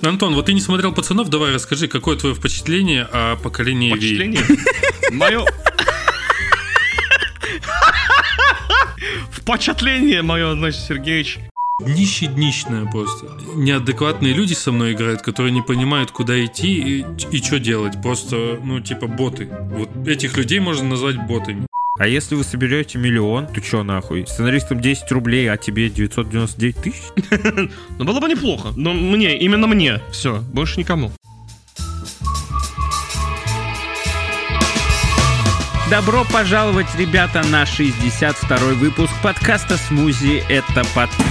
Антон, вот ты не смотрел «Пацанов», давай расскажи, какое твое впечатление о поколении Ви? Впечатление? Мое... Впечатление мое, значит, Сергеевич. Днище-днищное просто. Неадекватные люди со мной играют, которые не понимают, куда идти и что делать. Просто, ну, типа боты. Вот этих людей можно назвать ботами. А если вы соберете миллион, то чё нахуй? Сценаристам 10 рублей, а тебе 999 тысяч? Ну, было бы неплохо. Но мне, именно мне. Все, больше никому. Добро пожаловать, ребята, на 62-й выпуск подкаста «Смузи». Это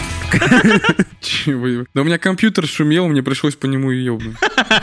Чего? Да у меня компьютер шумел, мне пришлось по нему и ёбнуть.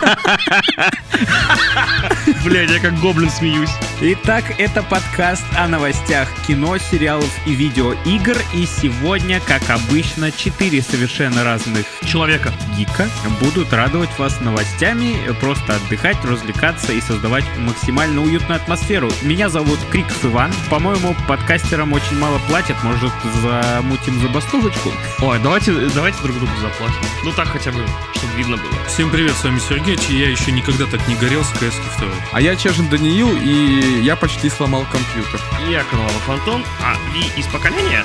Блядь, я как гоблин смеюсь. Итак, это подкаст о новостях кино, сериалов и видеоигр. И сегодня, как обычно, 4 совершенно разных человека гика будут радовать вас новостями, просто отдыхать, развлекаться и создавать максимально уютную атмосферу. Меня зовут Криков Иван. По-моему, подкастерам очень мало платят. Может, замутим забастовочку? Ой, давайте друг другу заплатим. Ну так хотя бы, чтобы видно было. Всем привет, с вами Сергей, и я еще никогда так не горел с CS2. А я Чежин Даниил, и я почти сломал компьютер. Я Коновалов Антон, а Ви из поколения.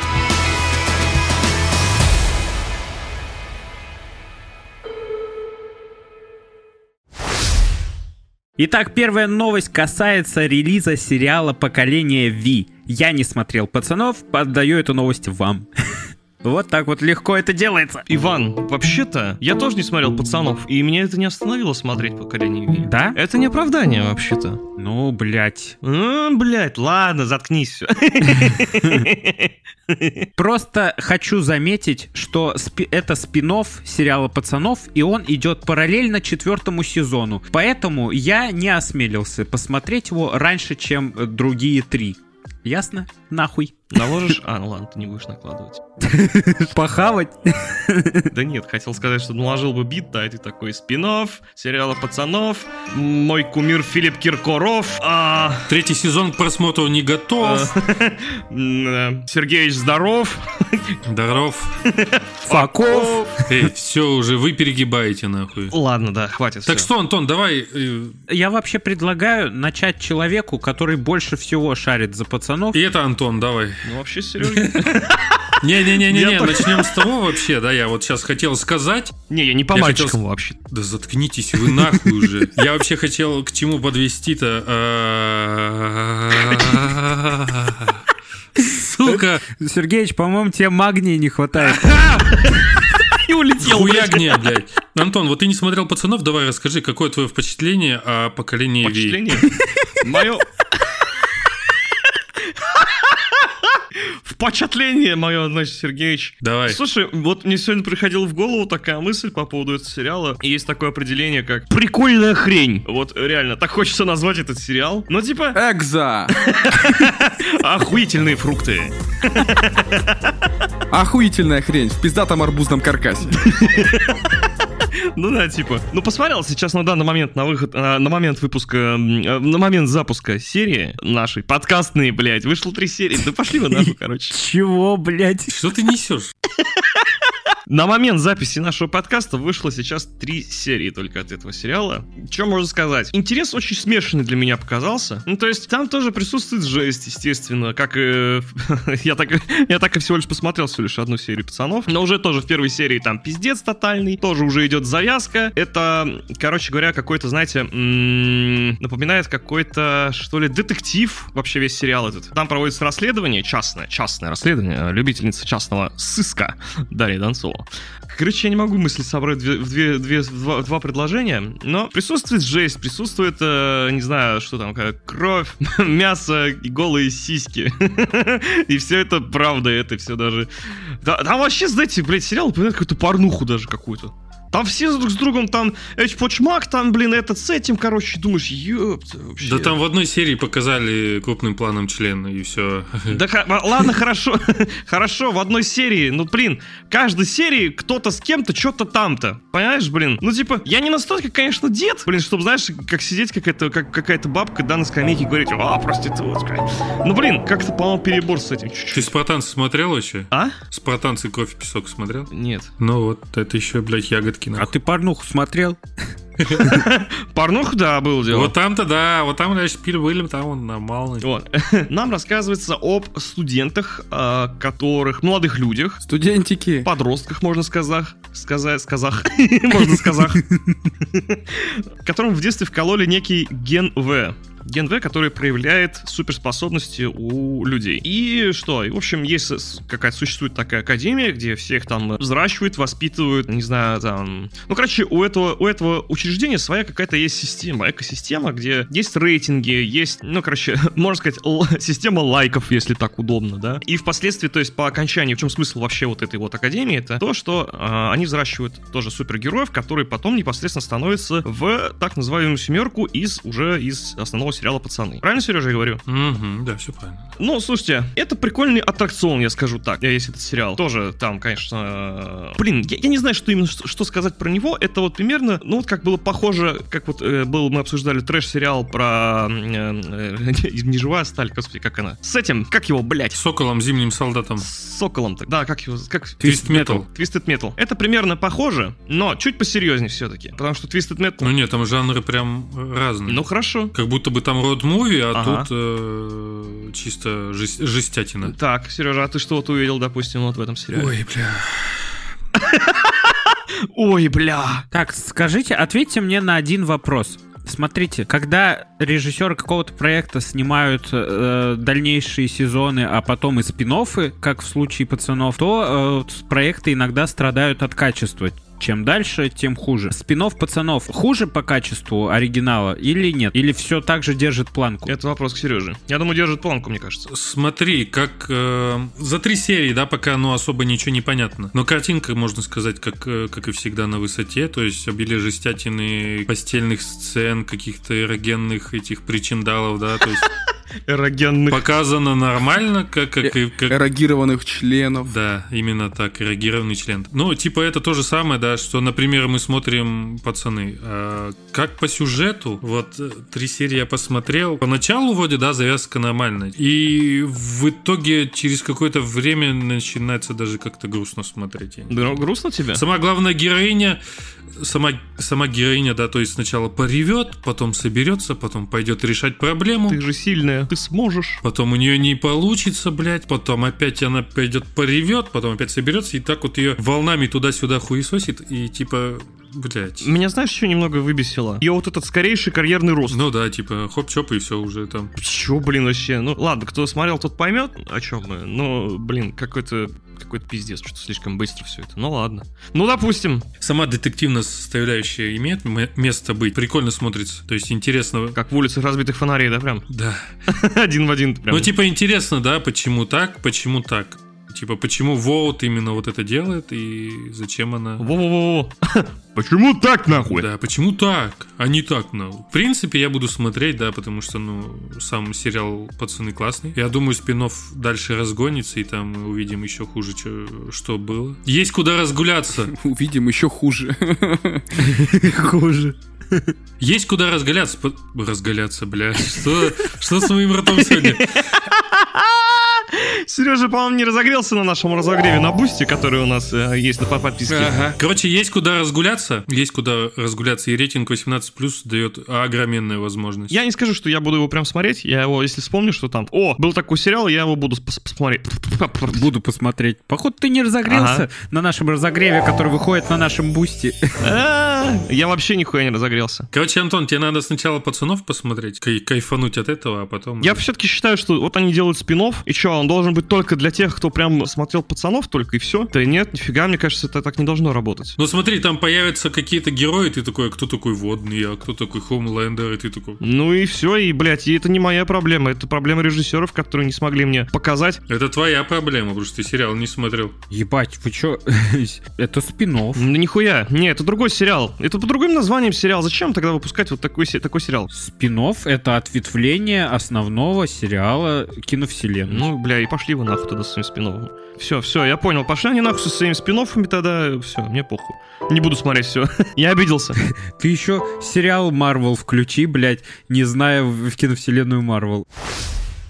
Итак, первая новость касается релиза сериала «Поколение Ви». Я не смотрел «Пацанов», отдаю эту новость вам. Вот так вот легко это делается. Иван, вообще-то, я тоже не смотрел «Пацанов», и меня это не остановило смотреть «Поколение Ви». Да? Это не оправдание, вообще-то. Ну, блядь. Блядь, ладно, заткнись. Просто хочу заметить, что это спин-офф сериала «Пацанов», и он идет параллельно 4-му сезону. Поэтому я не осмелился посмотреть его раньше, чем другие 3. Ясно? Нахуй. Наложишь? Ну ладно, ты не будешь накладывать. Похавать? Да нет, хотел сказать, что наложил бы бит, да, это такой спин-офф сериала «Пацанов», мой кумир Филипп Киркоров. 3-й сезон к просмотру не готов. Сергеевич здоров. Здоров. Факов. Эй, все уже, вы перегибаете нахуй. Ладно, да, хватит. Так что, Антон, давай. Я вообще предлагаю начать человеку, который больше всего шарит за пацанов. И это Антон, давай. Ну вообще, Сережа. Не-не-не-не, начнем с того вообще, да, я вот сейчас хотел сказать. Не, я не по мальчикам вообще. Да заткнитесь вы нахуй уже. Я вообще хотел к чему подвести-то. Сука. Сергеич, по-моему, тебе магния не хватает. И улетел. Хуягния, блядь. Антон, вот ты не смотрел «Пацанов», давай расскажи, какое твое впечатление о поколении Ви? Впечатление? Мое... Впечатление мое, значит, Сергеевич. Давай. Слушай, вот мне сегодня приходила в голову такая мысль по поводу этого сериала. И есть такое определение, как прикольная хрень. Вот реально, так хочется назвать этот сериал. Ну типа... Экза! Охуительные фрукты. Охуительная хрень в пиздатом арбузном каркасе. Ну да, типа. Ну посмотрел сейчас на данный момент на выход, на момент выпуска, на момент запуска серии нашей подкастной, блядь, вышло 3 серии. Да пошли вы нахуй, короче. Чего, блядь? Что ты несешь? На момент записи нашего подкаста вышло сейчас 3 серии только от этого сериала. Что можно сказать? Интерес очень смешанный для меня показался. Ну, то есть, там тоже присутствует жесть, естественно. Как я так и всего лишь посмотрел всего лишь 1 серию «Пацанов». Но уже тоже в первой серии там пиздец тотальный. Тоже уже идет завязка. Это, короче говоря, какой-то, знаете, напоминает какой-то, что ли, детектив. Вообще весь сериал этот. Там проводится расследование, частное расследование. Любительница частного сыска Дарья Донцова. Короче, я не могу мысли собрать в два предложения, но присутствует жесть, присутствует, не знаю, что там, кровь, мясо и голые сиськи. И все это правда, это все даже... Там вообще, знаете, блядь, сериал напоминает какую-то порнуху даже какую-то. Там все друг с другом, там, почмак, там, блин, этот с этим, короче, думаешь, ёпта, вообще. Да там в одной серии показали крупным планом члена, и все. Да ладно, хорошо, хорошо, в одной серии, ну, блин, каждой серии кто-то с кем-то, что-то там-то, понимаешь, блин? Ну, типа, я не настолько, конечно, дед, блин, чтобы, знаешь, как сидеть какая-то бабка, да, на скамейке и говорить, проститутка. Ну, блин, как-то, по-моему, перебор с этим чуть-чуть. Ты «Спартанцы» смотрел вообще? А? «Спартанцы. Кровь и песок» смотрел? Нет. Ну, вот, это еще, блядь, ягодки По-английски. А ты порнуху смотрел? Порнух, да, было дело. Вот там-то, да, вот там, значит, Пиль-Уильям, там он нормальный. Вот. Нам рассказывается об студентах, молодых людях, Студентики. подростках, можно сказать, можно сказать, которым в детстве вкололи некий ген В. Ген В, который проявляет суперспособности у людей. И что? И, в общем, существует такая академия, где всех там взращивают, воспитывают, не знаю, там... Ну, короче, у этого учреждения своя какая-то есть система, экосистема, где есть рейтинги, есть, ну, короче, можно сказать, система лайков, если так удобно, да? И впоследствии, то есть по окончании, в чем смысл вообще вот этой вот академии, это то, что они взращивают тоже супергероев, которые потом непосредственно становятся в так называемую семерку из основного сериала «Пацаны». Правильно, Сережа, я говорю? Да, все правильно. Ну, слушайте, это прикольный аттракцион, я скажу так, есть этот сериал. Тоже там, конечно... Блин, я не знаю, что сказать про него. Это вот примерно, ну, вот как было похоже, как вот мы обсуждали трэш-сериал про... Не живая сталь, господи, как она? С этим, как его, блядь? Соколом, зимним солдатом. С Соколом-то, да, как его... Twisted Metal. Twisted Metal. Это примерно похоже, но чуть посерьезнее все-таки. Потому что Twisted Metal... Ну нет, там жанры прям разные. Ну, хорошо. Как будто бы там род-муви, а тут чисто жестятина. Так, Сережа, а ты что вот увидел, допустим, вот в этом сериале? Ой, бля. Ой, бля. Так, скажите, ответьте мне на один вопрос. Смотрите, когда режиссеры какого-то проекта снимают дальнейшие сезоны, а потом и спин-оффы, как в случае «Пацанов», то проекты иногда страдают от качества. Чем дальше, тем хуже. Спин-офф «Пацанов» хуже по качеству оригинала или нет? Или все так же держит планку? Это вопрос к Сереже. Я думаю, держит планку, мне кажется. Смотри, как за 3 серии, да, пока особо ничего не понятно. Но картинка, можно сказать, как и всегда, на высоте. То есть обилие жестятины, постельных сцен, каких-то эрогенных этих причиндалов, да, то есть... Эрогенных. Показано нормально, как эрогированных членов. Да, именно так, эрогированный член. Ну, типа это то же самое, да, что, например, мы смотрим «Пацаны». Как по сюжету, вот 3 серии я посмотрел. Поначалу вроде, да, завязка нормальная. И в итоге через какое-то время начинается даже как-то грустно смотреть. Да, грустно тебе? Сама главная героиня, сама героиня, да, то есть сначала поревет, потом соберется, потом пойдет решать проблему. Ты же сильная, ты сможешь. Потом у нее не получится, блядь, потом опять она пойдет поревет, потом опять соберется, и так вот ее волнами туда-сюда хуесосит, и типа... Блять. Меня, знаешь, что немного выбесило? Ее вот этот скорейший карьерный рост. Ну да, типа хоп-чоп и все уже там. Чё, блин, вообще? Ну ладно, кто смотрел, тот поймет, о чем мы. Но, блин, какой-то пиздец, что-то слишком быстро все это. Ну ладно. Ну, допустим. Сама детективная составляющая имеет место быть. Прикольно смотрится. То есть интересно. Как в «Улицах разбитых фонарей», да, прям? Да. Один в один прям. Ну, типа интересно, да, почему так, почему так. Типа, почему Воут именно вот это делает и зачем она... Во-во-во-во. Почему так, нахуй? Да, почему так, а не так, нахуй. В принципе, я буду смотреть, да, потому что, ну, сам сериал «Пацаны» классный. Я думаю, спин-офф дальше разгонится, и там мы увидим еще хуже, что было. Есть куда разгуляться. Увидим еще хуже. Хуже. Есть куда разгуляться. Разгуляться, бля. Что с моим ртом сегодня? Сережа, по-моему, не разогрелся на нашем разогреве на Бусти, который у нас есть на подписке. Ага. Короче, есть куда разгуляться, и рейтинг 18+, дает огроменную возможность. Я не скажу, что я буду его прям смотреть, я его, если вспомню, что там, был такой сериал, я его буду посмотреть. Буду посмотреть. Походу, ты не разогрелся на нашем разогреве, который выходит на нашем Бусти. Я вообще нихуя не разогрелся. Короче, Антон, тебе надо сначала «Пацанов» посмотреть, кайфануть от этого, а потом... Я все-таки считаю, что вот они делают спин-офф, и что, он должен быть только для тех, кто прям смотрел «Пацанов» только, и все? Да нет, нифига, мне кажется, это так не должно работать. Ну смотри, там появятся какие-то герои, ты такой, а кто такой Водный, а кто такой Хомлендер, и ты такой... Ну и все, и, блядь, и это не моя проблема, это проблема режиссеров, которые не смогли мне показать. Это твоя проблема, потому что ты сериал не смотрел. Ебать, вы чё? Это спин-офф. Да нихуя, не, это другой сериал. Это по другим названием сериал. Зачем тогда выпускать вот такой сериал? Спин-офф — это ответвление основного сериала киновселенной. Ну, бля, и пошли вы нахуй тогда со своим спин-оффом. Все, я понял. Пошли они нахуй со своими спин-оффами тогда. Все, мне похуй. Не буду смотреть, все. Я обиделся. Ты еще сериал Marvel включи, блядь, не зная в киновселенную Marvel.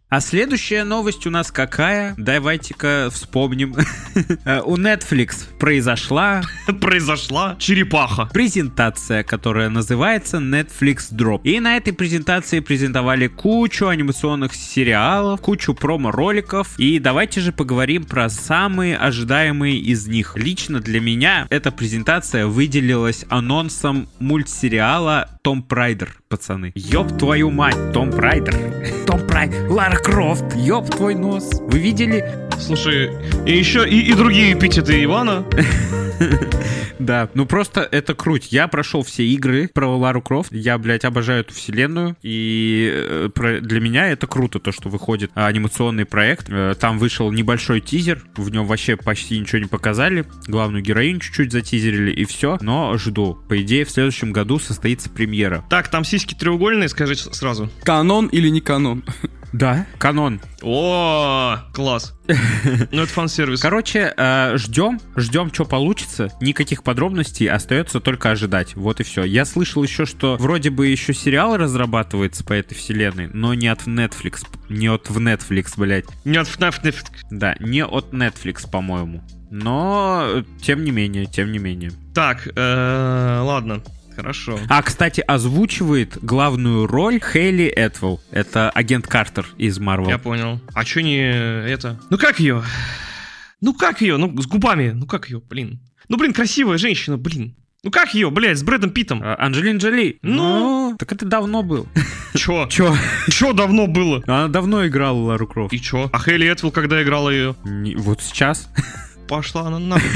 А следующая новость у нас какая? Давайте-ка вспомним. У Netflix произошла черепаха. презентация, которая называется Netflix Drop. И на этой презентации презентовали кучу анимационных сериалов, кучу промо-роликов. И давайте же поговорим про самые ожидаемые из них. Лично для меня эта презентация выделилась анонсом мультсериала Tomb Raider, пацаны. Ёб твою мать, Tomb Raider, Лара Крофт, ёб твой нос. Вы видели? Слушай, и еще и другие эпитеты Ивана. Да, ну просто это круть. Я прошел все игры про Лару Крофт. Я, блядь, обожаю эту вселенную. И для меня это круто, то, что выходит анимационный проект. Там вышел небольшой тизер. В нем вообще почти ничего не показали. Главную героиню чуть-чуть затизерили, и все. Но жду. По идее, в следующем году состоится премьера. Так, там сиськи треугольные, скажите сразу. Канон или не канон? Да, канон. О, класс. Ну, это фан-сервис. Короче, ждем, что получится. Никаких подробностей, остается только ожидать. Вот и все. Я слышал еще, что вроде бы еще сериал разрабатывается по этой вселенной, но не от Netflix. Не от Netflix, блядь. Не от Netflix. Да, не от Netflix, по-моему. Но, тем не менее. Так, ладно. Хорошо. А, кстати, озвучивает главную роль Хейли Этвелл. Это агент Картер из Marvel. Я понял. А чё не это? Ну как ее? Ну с губами. Ну как ее, блин? Ну, блин, красивая женщина, блин. Ну как ее, блядь, с Брэдом Питтом? Анджелина Джоли. Ну, так это давно было. Чё давно было? Она давно играла Лару Крофт. И чё? А Хейли Этвелл когда играла ее? Вот сейчас. Пошла она нахуй.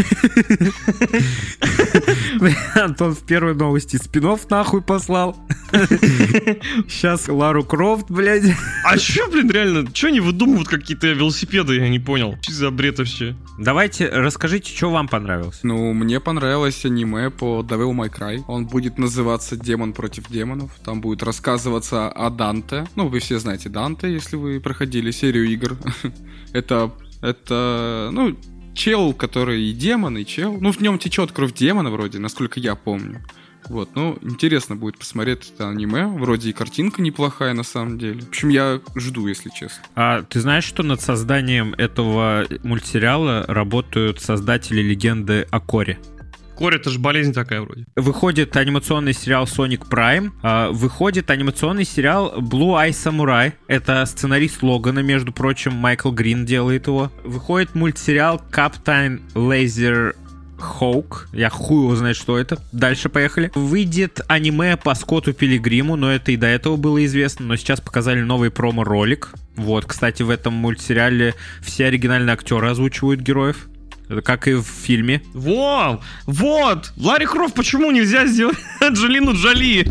Антон в первой новости спин-офф нахуй послал. Сейчас Лару Крофт, блядь. А чё, блин, реально? Чё они выдумывают какие-то велосипеды? Я не понял. Что за бред вообще? Давайте, расскажите, что вам понравилось. Ну, мне понравилось аниме по Devil May Cry. Он будет называться «Демон против демонов». Там будет рассказываться о Данте. Ну, вы все знаете Данте, если вы проходили серию игр. Это, ну, чел, который и демон, и чел. Ну, в нем течет кровь демона вроде, насколько я помню. Вот, ну, интересно будет посмотреть это аниме. Вроде и картинка неплохая на самом деле. В общем, я жду, если честно. А ты знаешь, что над созданием этого мультсериала работают создатели легенды о Коре? Кори, это же болезнь такая вроде. Выходит анимационный сериал Sonic Prime, выходит анимационный сериал Blue Eye Samurai. Это сценарист Логана, между прочим, Майкл Грин делает его. Выходит мультсериал Captain Laser Hawk. Я хуй его знает, что это. Дальше поехали. Выйдет аниме по Скотту Пилигриму, но это и до этого было известно, но сейчас показали новый промо-ролик. Вот, кстати, в этом мультсериале все оригинальные актеры озвучивают героев. Это как и в фильме. Вау! Вот! Ларри Крофт почему нельзя сделать Анджелину Джоли?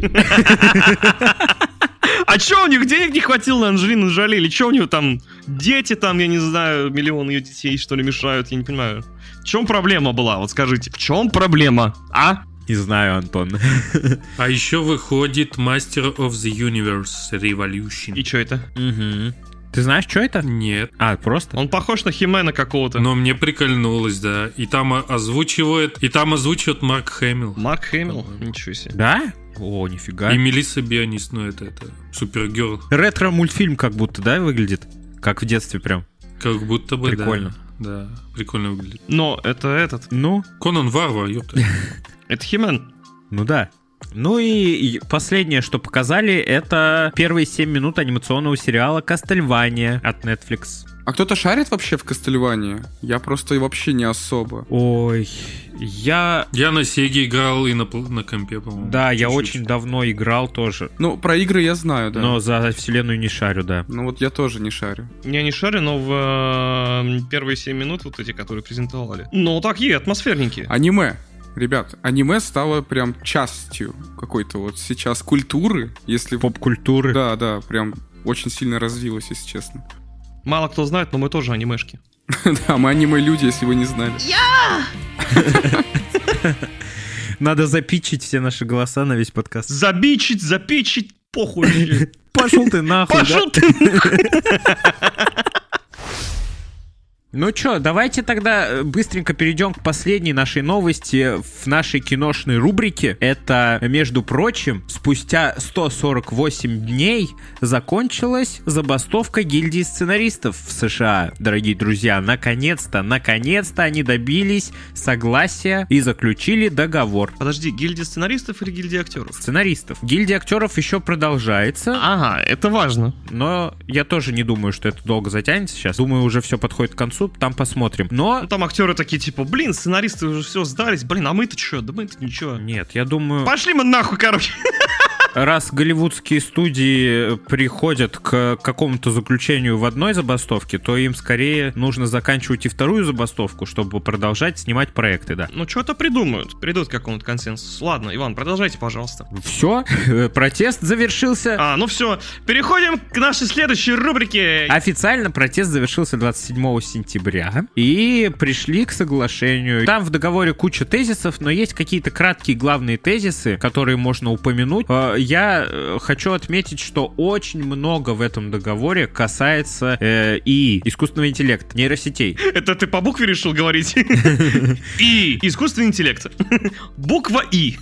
А чё, у них денег не хватило на Анджелину Джоли? Или чё у него там дети, там, я не знаю, миллион ее детей, что ли, мешают? Я не понимаю. В чем проблема была? Вот скажите, в чем проблема? А? Не знаю, Антон. А еще выходит Master of the Universe Revolution. И чё это? Угу. Ты знаешь, что это? Нет. А, просто? Он похож на Химена какого-то. Но мне прикольнулось, да. И там озвучивает Марк Хэмилл. Марк Хэмилл? Ничего себе. Да? О, нифига. И Мелисса Бионис, ну это Супергерл. Ретро-мультфильм как будто, да, выглядит? Как в детстве прям. Как будто бы, прикольно. Да, прикольно выглядит. Но это этот. Ну? Конан Варвар, ёпта. Это Химен. Ну да. Ну и последнее, что показали, это первые 7 минут анимационного сериала «Кастельвания» от Netflix. А кто-то шарит вообще в Кастельвании? Я просто вообще не особо. Ой, я на Сеге играл и на компе, по-моему. Да, чуть-чуть. Я очень давно играл тоже. Ну, про игры я знаю, да. Но за вселенную не шарю, да. Ну вот я тоже не шарю. Я не шарю, но в первые 7 минут вот эти, которые презентовали. Ну, такие атмосферненькие. Аниме. Ребят, аниме стало прям частью какой-то вот сейчас культуры, если... Поп-культуры. Да, прям очень сильно развилось, если честно. Мало кто знает, но мы тоже анимешки. Да, мы аниме-люди, если вы не знали. Надо запичить все наши голоса на весь подкаст. Запичить, похуй. Пошел ты нахуй, Пошел ты нахуй. Ну чё, давайте тогда быстренько перейдем к последней нашей новости в нашей киношной рубрике. Это, между прочим, спустя 148 дней закончилась забастовка гильдии сценаристов в США. Дорогие друзья, наконец-то они добились согласия и заключили договор. Подожди, гильдия сценаристов или гильдия актеров? Сценаристов. Гильдия актеров еще продолжается. Ага, это важно. Но я тоже не думаю, что это долго затянется сейчас. Думаю, уже все подходит к концу, там посмотрим. Но... Ну, там актеры такие, типа, блин, сценаристы уже все сдались, блин, а мы-то что? Да мы-то ничего. Нет, я думаю... Пошли мы нахуй, короче. Раз голливудские студии приходят к какому-то заключению в одной забастовке, то им скорее нужно заканчивать и вторую забастовку, чтобы продолжать снимать проекты, да. Ну, что-то придумают. Придут к какому-то консенсусу. Ладно, Иван, продолжайте, пожалуйста. Все, протест завершился. Ну все, переходим к нашей следующей рубрике. Официально протест завершился 27 сентября, и пришли к соглашению. Там в договоре куча тезисов, но есть какие-то краткие главные тезисы, которые можно упомянуть. Я хочу отметить, что очень много в этом договоре касается ИИ, искусственного интеллекта, нейросетей. Это ты по букве решил говорить? И. Искусственный интеллект. Буква И.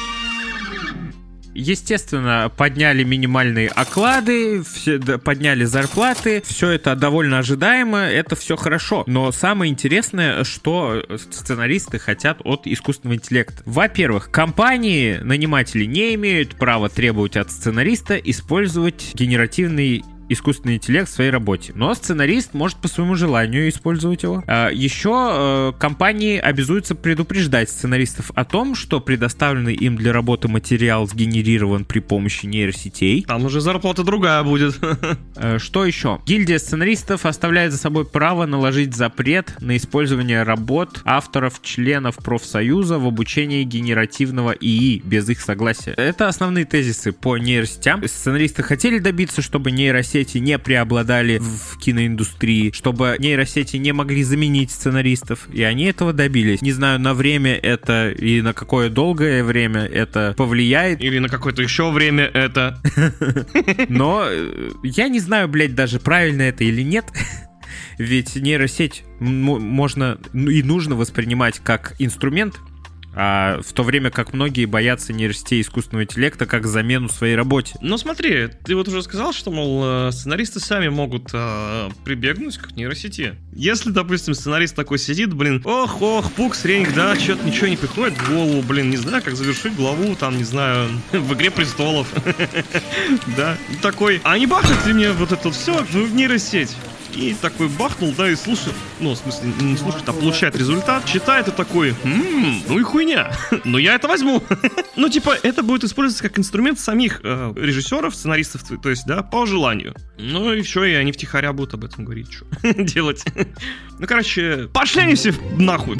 Естественно, подняли минимальные оклады, подняли зарплаты, все это довольно ожидаемо, это все хорошо. Но самое интересное, что сценаристы хотят от искусственного интеллекта. Во-первых, компании, наниматели не имеют права требовать от сценариста использовать генеративный искусственный интеллект в своей работе. Но сценарист может по своему желанию использовать его. Еще компании обязуются предупреждать сценаристов о том, что предоставленный им для работы материал сгенерирован при помощи нейросетей. Там уже зарплата другая будет. Что еще? Гильдия сценаристов оставляет за собой право наложить запрет на использование работ авторов, членов профсоюза в обучении генеративного ИИ без их согласия. Это основные тезисы по нейросетям. Сценаристы хотели добиться, чтобы нейросети не преобладали в киноиндустрии, чтобы нейросети не могли заменить сценаристов, и они этого добились. Не знаю, на время это и на какое долгое время это повлияет. Или на какое-то еще время это. Но я не знаю, блядь, даже правильно это или нет. Ведь нейросеть можно и нужно воспринимать как инструмент, а в то время как многие боятся нейросетей искусственного интеллекта как замену своей работе. Ну смотри, ты вот уже сказал, что, мол, сценаристы сами могут прибегнуть к нейросети. Если, допустим, сценарист такой сидит, блин, ох, пукс, реньк, да, что-то ничего не приходит в голову, блин, не знаю, как завершить главу, там, не знаю, в «Игре престолов». Да, такой, а не бахнет ли мне вот это все в нейросеть? И такой бахнул, да, и слушает, ну, в смысле, не слушает, а получает результат, читает и такой, ну и хуйня, но я это возьму. Ну, типа, это будет использоваться как инструмент самих режиссеров, сценаристов, то есть, да, по желанию. Ну и все, и они втихаря будут об этом говорить, что делать. Ну, короче, пошли они все нахуй.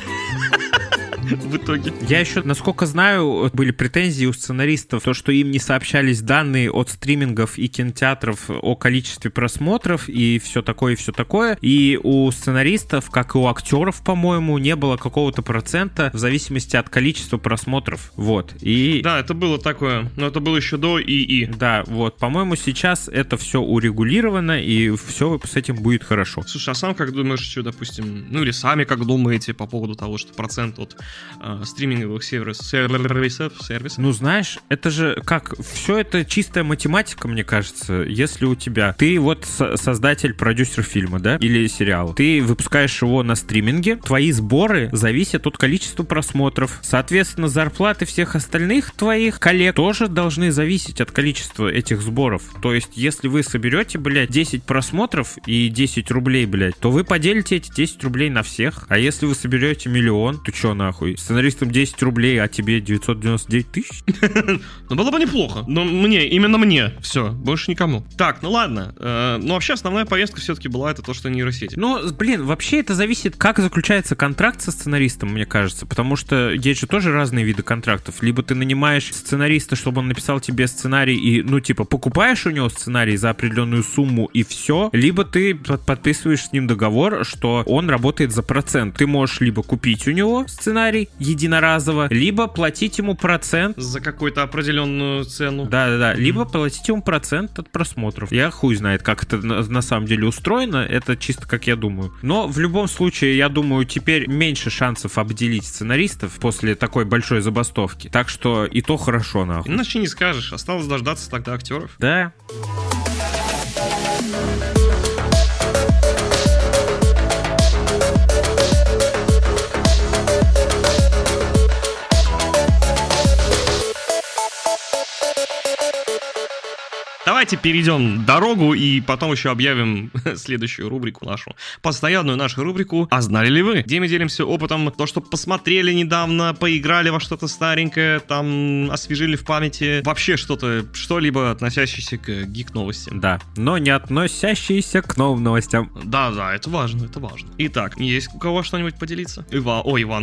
В итоге. Я еще, насколько знаю, были претензии у сценаристов, то, что им не сообщались данные от стримингов и кинотеатров о количестве просмотров и все такое, и все такое. И у сценаристов, как и у актеров, по-моему, не было какого-то процента в зависимости от количества просмотров. Вот. И... Да, это было такое, но это было еще до ИИ. Да, вот. По-моему, сейчас это все урегулировано, и все с этим будет хорошо. Слушай, а сам как думаешь, что, допустим, ну или сами как думаете по поводу того, что процент от стриминговых сервисов? Ну, знаешь, это же как, все это чистая математика, мне кажется. Если у тебя, ты вот создатель, продюсер фильма, да, или сериала, ты выпускаешь его на стриминге, твои сборы зависят от количества просмотров. Соответственно, зарплаты всех остальных твоих коллег тоже должны зависеть от количества этих сборов. То есть, если вы соберете, блядь, 10 просмотров и 10 рублей, блядь, то вы поделите эти 10 рублей на всех. А если вы соберете миллион, то чё нахуй? Сценаристам 10 рублей, а тебе 999 тысяч? Ну, было бы неплохо. Но именно мне. Все, больше никому. Так, ну ладно. Ну, вообще, основная повестка все-таки была это то, что нейросети. Ну, блин, вообще это зависит, как заключается контракт со сценаристом, мне кажется. Потому что есть же тоже разные виды контрактов. Либо ты нанимаешь сценариста, чтобы он написал тебе сценарий и, ну, типа, покупаешь у него сценарий за определенную сумму и все. Либо ты подписываешь с ним договор, что он работает за процент. Ты можешь либо купить у него сценарий, сценарий единоразово, либо платить ему процент. За какую-то определенную цену. Да, либо платить ему процент от просмотров. Я хуй знает, как это на самом деле устроено, это чисто как я думаю. Но в любом случае, я думаю, теперь меньше шансов обделить сценаристов после такой большой забастовки. Так что и то хорошо, нахуй. Иначе не скажешь, осталось дождаться тогда актеров. Да. Давайте перейдем дорогу и потом еще объявим следующую рубрику нашу. Постоянную нашу рубрику «А знали ли вы?», где мы делимся опытом, то, что посмотрели недавно, поиграли во что-то старенькое, там освежили в памяти вообще что-либо относящееся к гик-новостям. Да, но не относящиеся к новым новостям. Да, это важно, это важно. Итак, есть у кого что-нибудь поделиться? Иван.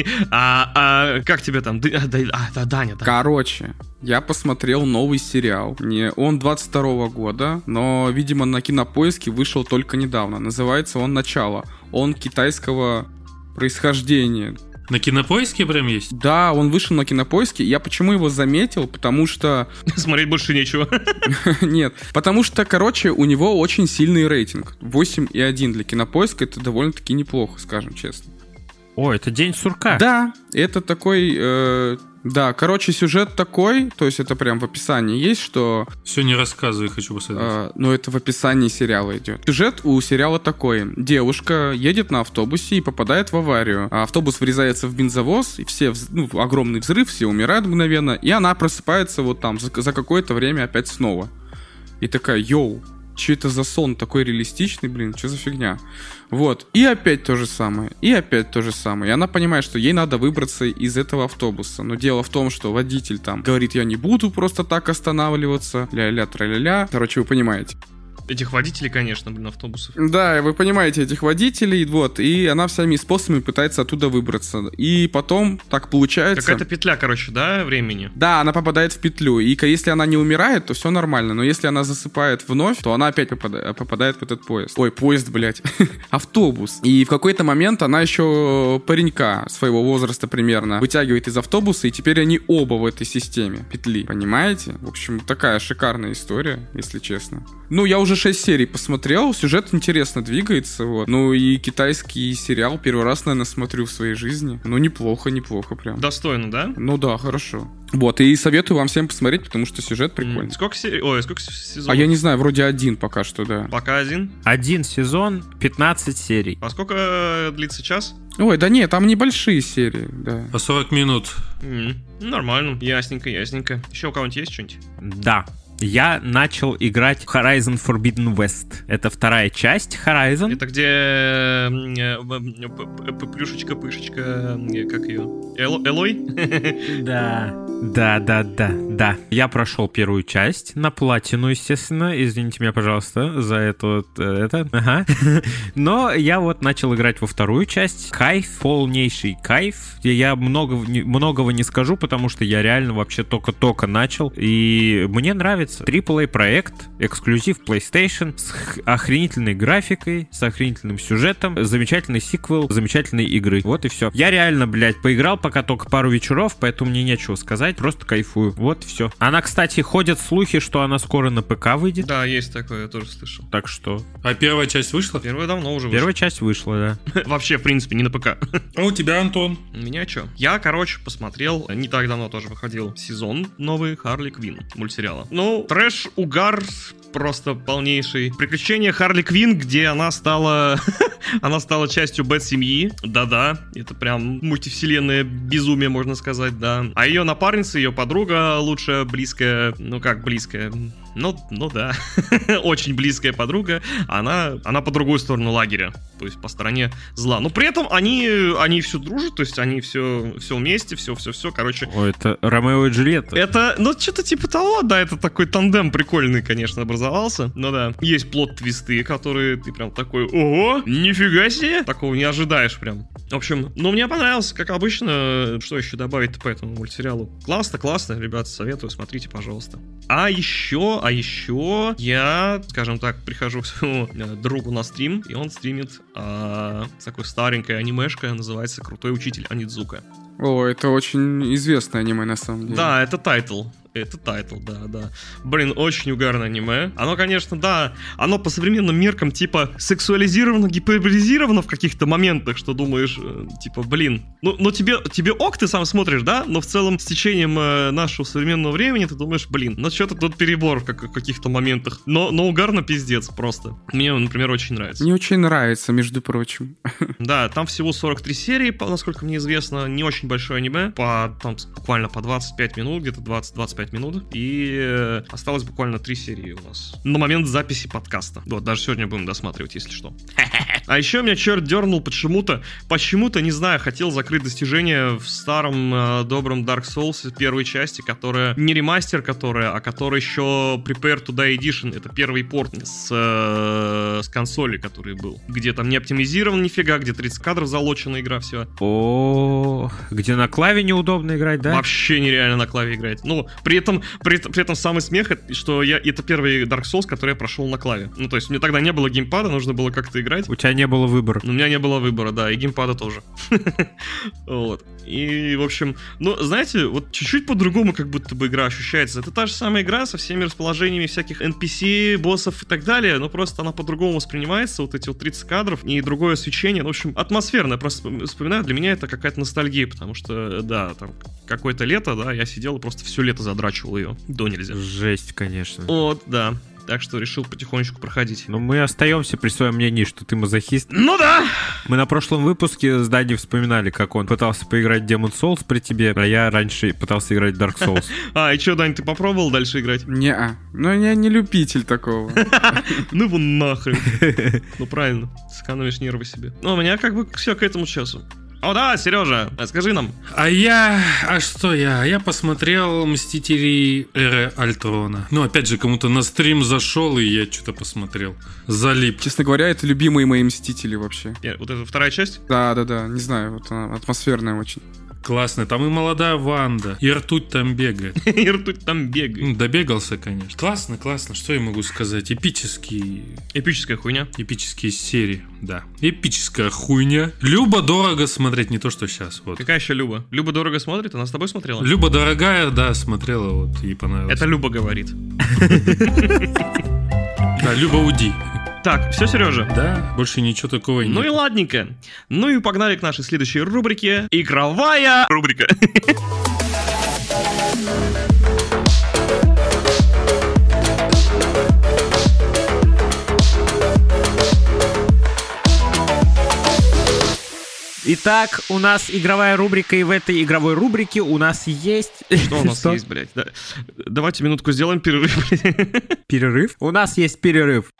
Как тебе там? Даня. Короче, я посмотрел новый сериал. Он 22 года, но, видимо, на Кинопоиске вышел только недавно. Называется он «Начало». Он китайского происхождения. На Кинопоиске прям есть? Да, он вышел на Кинопоиске. Я почему его заметил? Потому что... Смотреть больше нечего. Нет, потому что, короче, у него очень сильный рейтинг. 8,1 для Кинопоиска. Это довольно-таки неплохо, скажем честно. О, это День сурка. Да, это такой... Да, короче, сюжет такой, то есть это прям в описании есть, что... Все, не рассказывай, хочу посмотреть. Но это в описании сериала идет. Сюжет у сериала такой. Девушка едет на автобусе и попадает в аварию. А автобус врезается в бензовоз, и огромный взрыв, все умирают мгновенно, и она просыпается вот там за какое-то время опять снова. И такая, йоу, что это за сон такой реалистичный, блин, что за фигня? Вот, и опять то же самое, и опять то же самое. И она понимает, что ей надо выбраться из этого автобуса. Но дело в том, что водитель там говорит, я не буду просто так останавливаться, ля-ля, тра-ля-ля. Короче, вы понимаете. Этих водителей, конечно, автобусов. Да, вы понимаете этих водителей, вот, и она всеми способами пытается оттуда выбраться. И потом так получается... Какая-то петля, короче, да, времени? Да, она попадает в петлю, и если она не умирает, то все нормально, но если она засыпает вновь, то она опять попадает в этот поезд. Ой, поезд, блядь. Автобус. И в какой-то момент она еще паренька своего возраста примерно вытягивает из автобуса, и теперь они оба в этой системе петли, понимаете? В общем, такая шикарная история, если честно. Ну, я уже 6 серий посмотрел, сюжет интересно двигается, вот. Ну и китайский сериал первый раз, наверное, смотрю в своей жизни. Ну, неплохо прям. Достойно, да? Ну да, хорошо. Вот, и советую вам всем посмотреть, потому что сюжет прикольный. Сколько серий? Ой, сколько сезонов? А я не знаю, вроде 1 пока что, да. Пока 1? 1 сезон, 15 серий. А сколько длится час? Ой, да нет, там небольшие серии, да. По 40 минут. Нормально, ясненько. Еще у кого-нибудь есть что-нибудь? Да. Я начал играть в Horizon Forbidden West. Это вторая часть Horizon. Это где плюшечка-пышечка, как ее? Элой? Да. Я прошел первую часть на платину, естественно. Извините меня, пожалуйста, за это. Ага. Но я вот начал играть во вторую часть. Кайф, полнейший кайф. Я многого не скажу, потому что я реально вообще только начал. И мне нравится. AAA проект, эксклюзив PlayStation, с охренительной графикой, с охренительным сюжетом, замечательный сиквел, замечательной игры. Вот и все. Я реально, блядь, поиграл пока только пару вечеров, поэтому мне нечего сказать, просто кайфую. Вот и все. Она, кстати, ходят слухи, что она скоро на ПК выйдет. Да, есть такое, я тоже слышал. Так что... А первая часть вышла? Первая давно уже вышла. Первая часть вышла, да. Вообще, в принципе, не на ПК. А у тебя, Антон? У меня что? Я, посмотрел, не так давно тоже выходил сезон новый Харли Квинн мультсериала. Ну, трэш, угар, просто полнейший. Приключения Харли Квинн, где она стала частью Бэт-семьи. Да-да, это прям мультивселенная безумие, можно сказать, да. А ее напарница, ее подруга лучшая, близкая, ну как близкая... Ну да, очень близкая подруга, она по другую сторону лагеря, то есть по стороне зла. Но при этом они все дружат, то есть они все вместе, все, короче. Ой, это Ромео и Джульетта. Это, что-то типа того, да, это такой тандем прикольный, конечно, образовался. Ну да, есть плот-твисты, которые ты прям такой, ого, нифига себе, такого не ожидаешь прям. В общем, мне понравилось, как обычно. Что еще добавить по этому мультсериалу? Классно, ребята, советую, смотрите, пожалуйста. А еще Ну, а еще я, скажем так, прихожу к своему другу на стрим, и он стримит с такой старенькой анимешкой, называется «Крутой учитель Онидзука». О, это очень известное аниме, на самом деле. Да, это тайтл. Это тайтл, да. Блин, очень угарное аниме. Оно, конечно, да, оно по современным меркам, типа, сексуализировано, гиперболизировано в каких-то моментах, что думаешь, типа, блин, ну тебе ок, ты сам смотришь, да, но в целом с течением нашего современного времени ты думаешь, блин, ну что-то тут перебор в каких-то моментах. Но угарно пиздец просто. Мне, например, очень нравится. Мне очень нравится, между прочим. Да, там всего 43 серии, насколько мне известно, не очень большое аниме, там буквально по 25 минут, где-то 20-25 минут, и осталось буквально 3 серии у нас на момент записи подкаста. Вот, даже сегодня будем досматривать, если что. А еще меня черт дернул почему-то, не знаю, хотел закрыть достижение в старом добром Dark Souls первой части, которая не ремастер, а которая еще Prepare to Die Edition, это первый порт с консоли, который был, где там не оптимизирован нифига, где 30 кадров залочена игра, все. О, где на клаве неудобно играть, да? Вообще нереально на клаве играть. Ну, при этом самый смех, что это первый Dark Souls, который я прошел на клаве. Ну, то есть, мне тогда не было геймпада, нужно было как-то играть. У тебя не было выбора. У меня не было выбора, да, и геймпада тоже. Вот. И, в общем, ну, знаете, вот чуть-чуть по-другому как будто бы игра ощущается. Это та же самая игра со всеми расположениями всяких NPC, боссов и так далее, но просто она по-другому воспринимается, вот эти вот 30 кадров и другое освещение. Ну, в общем, атмосферно. Я просто вспоминаю, для меня это какая-то ностальгия, потому что, да, там какое-то лето, да, я сидел и просто все лето задрачивал ее. До нельзя. Жесть, конечно. Вот, да. Так что решил потихонечку проходить. Но мы остаемся при своем мнении, что ты мазохист. Ну да! Мы на прошлом выпуске с Даней вспоминали, как он пытался поиграть в Demon's Souls при тебе, а я раньше пытался играть в Dark Souls. И что, Дань, ты попробовал дальше играть? Не-а. Ну, я не любитель такого. Ну его нахрен. Ну правильно, сэкономишь нервы себе. Ну, у меня как бы все к этому часу. О, да, Сережа, скажи нам. Я посмотрел «Мстители. Эры Альтрона». Ну, опять же, кому-то на стрим зашел, и я что-то посмотрел. Залип. Честно говоря, это любимые мои «Мстители» вообще. Вот это вторая часть? Да, не знаю, вот она атмосферная очень. Классно, там и молодая Ванда, и ртуть там бегает. Ну, добегался, конечно. Классно, что я могу сказать? Эпическая хуйня. Эпические серии, да. Эпическая хуйня. Любо-дорого смотреть, не то, что сейчас. Вот. Какая еще Люба? Люба дорого смотрит? Она с тобой смотрела? Люба дорогая, да, смотрела, вот, ей понравилось. Это Люба говорит. Да, Люба Уди. Так, все, Сережа? Да, больше ничего такого нет. Ну и ладненько. Ну и погнали к нашей следующей рубрике. Игровая рубрика. Итак, у нас игровая рубрика, и в этой игровой рубрике у нас есть... Что у нас есть, блядь? Давайте минутку сделаем перерыв. Перерыв? У нас есть перерыв.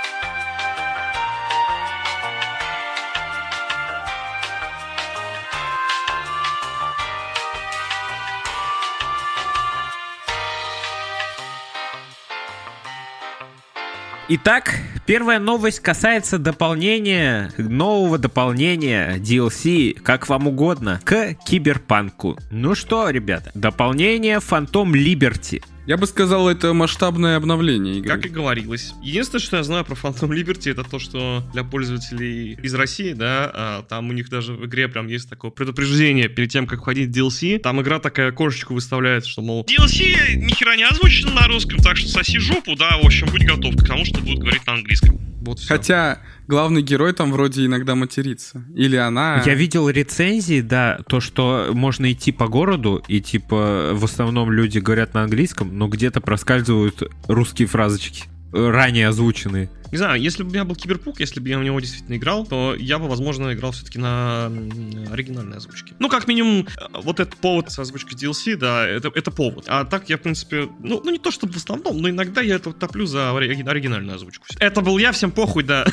Итак, первая новость касается нового дополнения DLC, как вам угодно, к Киберпанку. Ну что, ребята, дополнение Phantom Liberty. Я бы сказал, это масштабное обновление игры. Как и говорилось. Единственное, что я знаю про Phantom Liberty, это то, что для пользователей из России, да, там у них даже в игре прям есть такое предупреждение перед тем, как входить в DLC. Там игра такая окошечку выставляет, что, мол, DLC нихера не озвучено на русском, так что соси жопу, да, в общем, будь готов к тому, что будут говорить на английском. Вот все. Хотя главный герой там вроде иногда матерится. Или она... Я видел рецензии, да, то, что можно идти по городу, и типа в основном люди говорят на английском, но где-то проскальзывают русские фразочки, ранее озвученные. Не знаю, если бы у меня был Киберпанк, если бы я в него действительно играл, то я бы, возможно, играл все-таки на оригинальной озвучке. Ну, как минимум, вот этот повод с озвучкой DLC, да, это повод. А так я, в принципе, ну не то чтобы в основном, но иногда я это топлю за оригинальную озвучку. Это был я, всем похуй, да.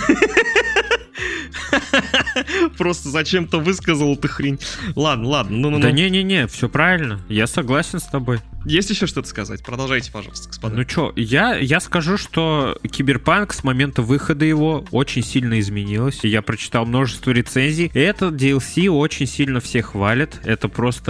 Просто зачем-то высказал эту хрень. Ладно. Ну. Да не-не-не, все правильно. Я согласен с тобой. Есть еще что-то сказать? Продолжайте, пожалуйста, господа. Ну что, я скажу, что Киберпанк с момента выхода его очень сильно изменилось. Я прочитал множество рецензий. И этот DLC очень сильно всех хвалит. Это просто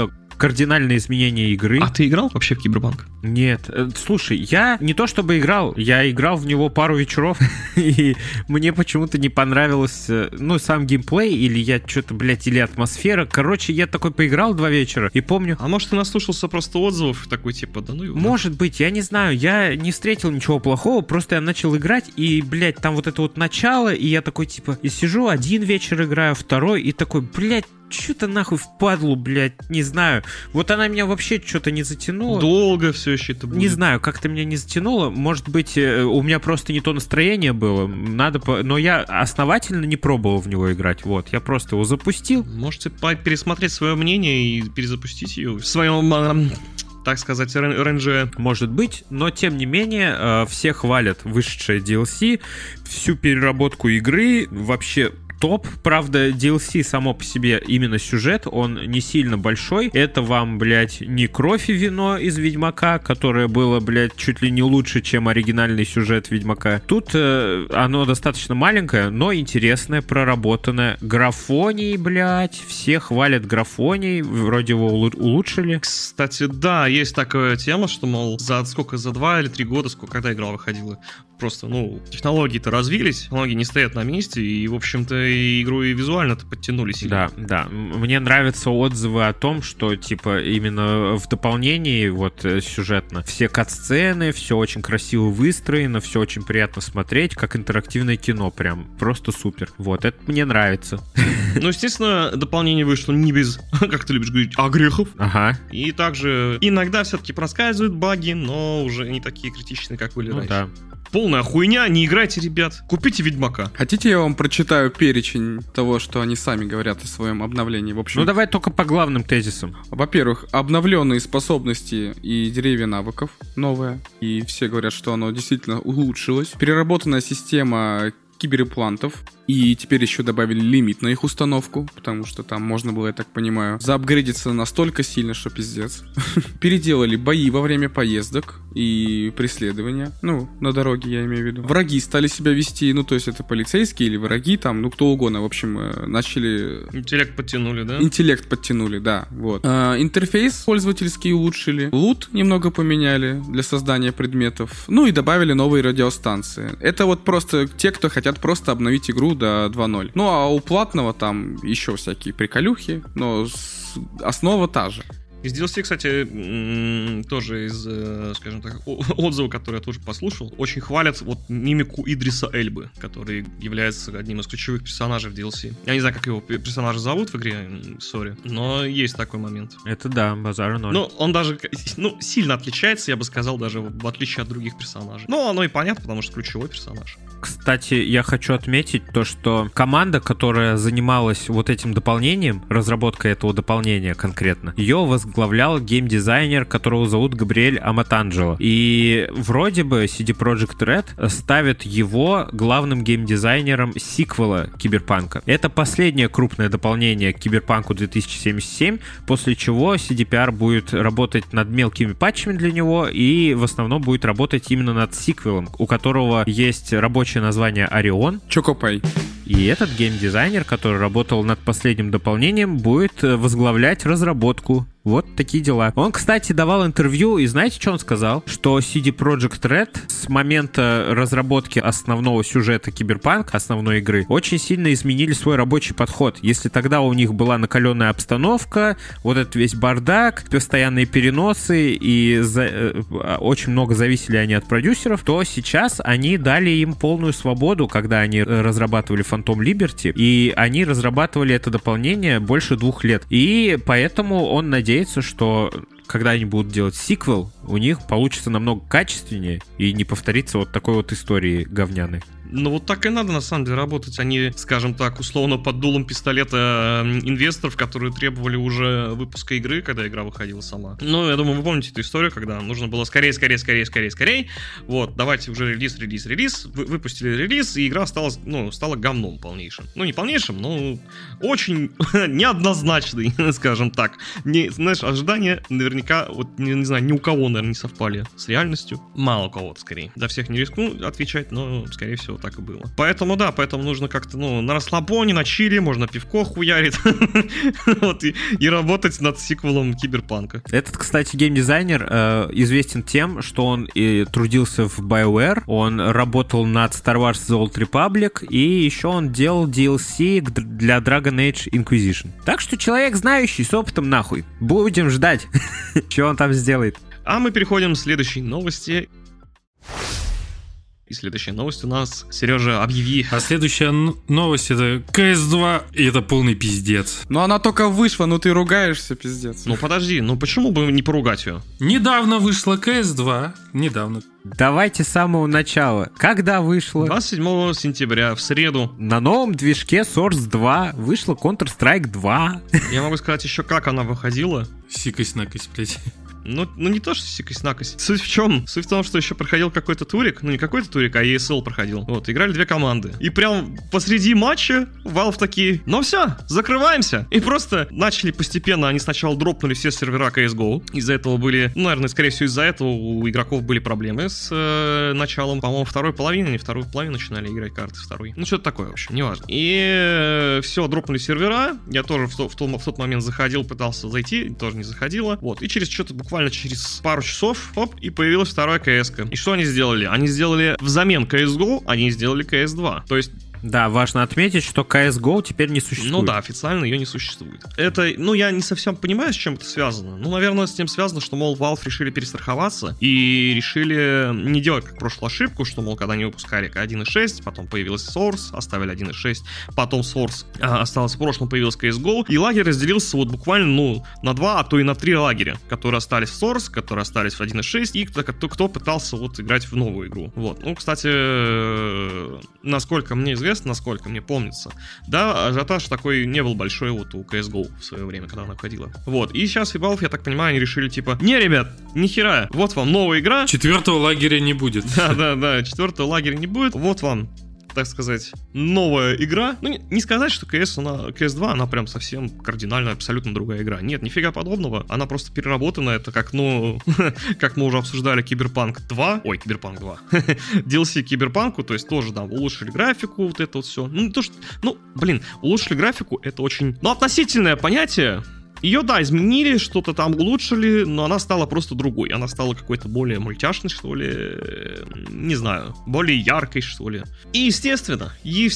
кардинальное изменение игры. А ты играл вообще в Киберпанк? Нет. Слушай, я не то чтобы играл, я играл в него пару вечеров, и мне почему-то не понравилось, сам геймплей, или я что-то, блядь, или атмосфера. Короче, я такой поиграл 2 вечера, и помню... А может, ты наслушался просто отзывов, такой типа, да ну его. Может быть, я не знаю, я не встретил ничего плохого, просто я начал играть, и, блядь, там вот это вот начало, и я такой, типа, и сижу, один вечер играю, второй, и такой, блядь, что-то нахуй впадлу, блядь, не знаю. Вот она меня вообще что-то не затянула. Долго все еще это будет. Не знаю, как-то меня не затянуло. Может быть, у меня просто не то настроение было. Но я основательно не пробовал в него играть. Вот, я просто его запустил. Можете пересмотреть свое мнение и перезапустить ее в своем... так сказать, РНЖ. Может быть, но тем не менее, все хвалят вышедшее DLC, всю переработку игры, вообще топ. Правда, DLC само по себе, именно сюжет, он не сильно большой. Это вам, блядь, не кровь и вино из Ведьмака, которое было, блядь, чуть ли не лучше, чем оригинальный сюжет Ведьмака. Тут оно достаточно маленькое, но интересное, проработанное. Графоний, блядь, все хвалят графоний, вроде его улучшили. Кстати, да, есть такая тема, что, мол, за 2 или 3 года, когда игра выходила, просто, технологии-то развились, технологии не стоят на месте, и, в общем-то, и игру и визуально-то подтянули сильно. Да. Мне нравятся отзывы о том, что, типа, именно в дополнении, вот, сюжетно, все кат-сцены, все очень красиво выстроено, все очень приятно смотреть, как интерактивное кино, прям, просто супер. Вот, это мне нравится. Естественно, дополнение вышло не без, как ты любишь говорить, огрехов. Ага. И также иногда все-таки проскальзывают баги, но уже не такие критичные, как были раньше. Да. Полная хуйня, не играйте, ребят. Купите Ведьмака. Хотите, я вам прочитаю перечень того, что они сами говорят о своем обновлении? В общем, давай только по главным тезисам. Во-первых, обновленные способности и деревья навыков новые. И все говорят, что оно действительно улучшилось. Переработанная система киберимплантов. И теперь еще добавили лимит на их установку, потому что там можно было, я так понимаю, заапгрейдиться настолько сильно, что пиздец. Переделали бои во время поездок и преследования. На дороге я имею в виду. Враги стали себя вести, то есть это полицейские или враги, там, кто угодно. В общем, начали... Интеллект подтянули, да? Интеллект подтянули, да, вот. Интерфейс пользовательский улучшили. Лут немного поменяли для создания предметов. И добавили новые радиостанции. Это вот просто те, кто хотят просто обновить игру до 2.0. А у платного там еще всякие приколюхи, но основа та же. Из DLC, кстати, тоже из, скажем так, отзывов, которые я тоже послушал, очень хвалят мимику Идриса Эльбы, который является одним из ключевых персонажей в DLC. Я не знаю, как его персонажа зовут в игре, сори, но есть такой момент. Это да, базара ноль. Он даже, сильно отличается, я бы сказал, даже в отличие от других персонажей. Оно и понятно, потому что ключевой персонаж. Кстати, я хочу отметить то, что команда, которая занималась вот этим дополнением, разработкой этого дополнения конкретно, ее возглавлял геймдизайнер, которого зовут Габриэль Аматанджело. И вроде бы CD Projekt Red ставит его главным геймдизайнером сиквела Киберпанка. Это последнее крупное дополнение к Киберпанку 2077, после чего CDPR будет работать над мелкими патчами для него и в основном будет работать именно над сиквелом, у которого есть рабочее название Орион. Чокопай. И этот геймдизайнер, который работал над последним дополнением, будет возглавлять разработку. Вот такие дела. Он, кстати, давал интервью, и знаете, что он сказал? Что CD Projekt Red с момента разработки основного сюжета Киберпанк, основной игры, очень сильно изменили свой рабочий подход. Если тогда у них была накаленная обстановка, вот этот весь бардак, постоянные переносы, и очень много зависели они от продюсеров, то сейчас они дали им полную свободу, когда они разрабатывали Phantom Liberty, и они разрабатывали это дополнение больше 2 лет. И поэтому он надеется, что когда они будут делать сиквел, у них получится намного качественнее и не повторится вот такой вот истории говняной. Вот так и надо, на самом деле, работать, а не, скажем так, условно под дулом пистолета инвесторов, которые требовали уже выпуска игры, когда игра выходила сама. Я думаю, вы помните эту историю, когда нужно было скорее. Вот, давайте уже релиз. Выпустили релиз, и игра стала говном полнейшим. Не полнейшим, но очень неоднозначный, скажем так. Ожидания наверняка, не знаю, ни у кого, наверное, не совпали с реальностью. Мало у кого-то, скорее. За всех не рискну отвечать, но, скорее всего, так и было. Поэтому нужно как-то, на расслабоне, на чиле, можно пивко хуярить вот, и работать над сиквелом Киберпанка. Этот, кстати, геймдизайнер известен тем, что он и трудился в BioWare, он работал над Star Wars The Old Republic, и еще он делал DLC для Dragon Age Inquisition. Так что человек знающий, с опытом нахуй. Будем ждать, что он там сделает. А мы переходим к следующей новости. И следующая новость у нас, Сережа, объяви. А следующая новость — это CS2, и это полный пиздец. Но она только вышла, ты ругаешься, пиздец. Подожди, почему бы не поругать ее? Недавно вышла CS2, недавно. Давайте с самого начала. Когда вышла? 27 сентября, в среду. На новом движке Source 2 вышла Counter-Strike 2. Я могу сказать еще, как она выходила. Сикость-накость, блядь. Не то, что сикость-накость. Суть в чем? Суть в том, что еще проходил какой-то турик. Не какой-то турик, а ESL проходил. Вот, играли две команды. И прям посреди матча Valve такие: все, закрываемся. И просто начали постепенно, они сначала дропнули все сервера CSGO. Из-за этого были, наверное, скорее всего, из-за этого у игроков были проблемы с началом, по-моему, второй половины. Они вторую половину начинали играть карты второй. Что-то такое, в общем, неважно. И все, дропнули сервера. Я тоже в тот момент заходил, пытался зайти, тоже не заходило. Вот, и буквально через пару часов, и появилась вторая CS-ка. И что они сделали? Они сделали взамен CSGO, они сделали CS2. То есть... Да, важно отметить, что CSGO теперь не существует. Официально ее не существует. Это, я не совсем понимаю, с чем это связано. Наверное, с тем связано, что, Valve решили перестраховаться и решили не делать как прошлую ошибку, что, когда они выпускали 1.6, потом появилась Source, оставили 1.6, потом Source осталось в прошлом, появилась CSGO, и лагерь разделился буквально, на 2, а то и на 3 лагеря, которые остались в Source, которые остались в 1.6, и кто пытался играть в новую игру. Вот. Кстати, насколько мне известно, насколько мне помнится, да, ажиотаж такой не был большой у CSGO в свое время, когда она выходила. Вот, и сейчас и Valve, я так понимаю, они решили не, ребят, нихера, вот вам новая игра. 4-го лагеря не будет. Да, 4-го лагеря не будет, вот вам, так сказать, новая игра. Не сказать, что CS2, она прям совсем кардинально, абсолютно другая игра. Нет, нифига подобного. Она просто переработана. Это как как мы уже обсуждали Киберпанк 2. Ой, Киберпанк 2. DLC Киберпанку, то есть тоже, улучшили графику, вот это вот все. Улучшили графику, это очень, относительное понятие. Ее, изменили, что-то там улучшили, но она стала просто другой. Она стала какой-то более мультяшной, что ли, не знаю, более яркой, что ли. И, естественно,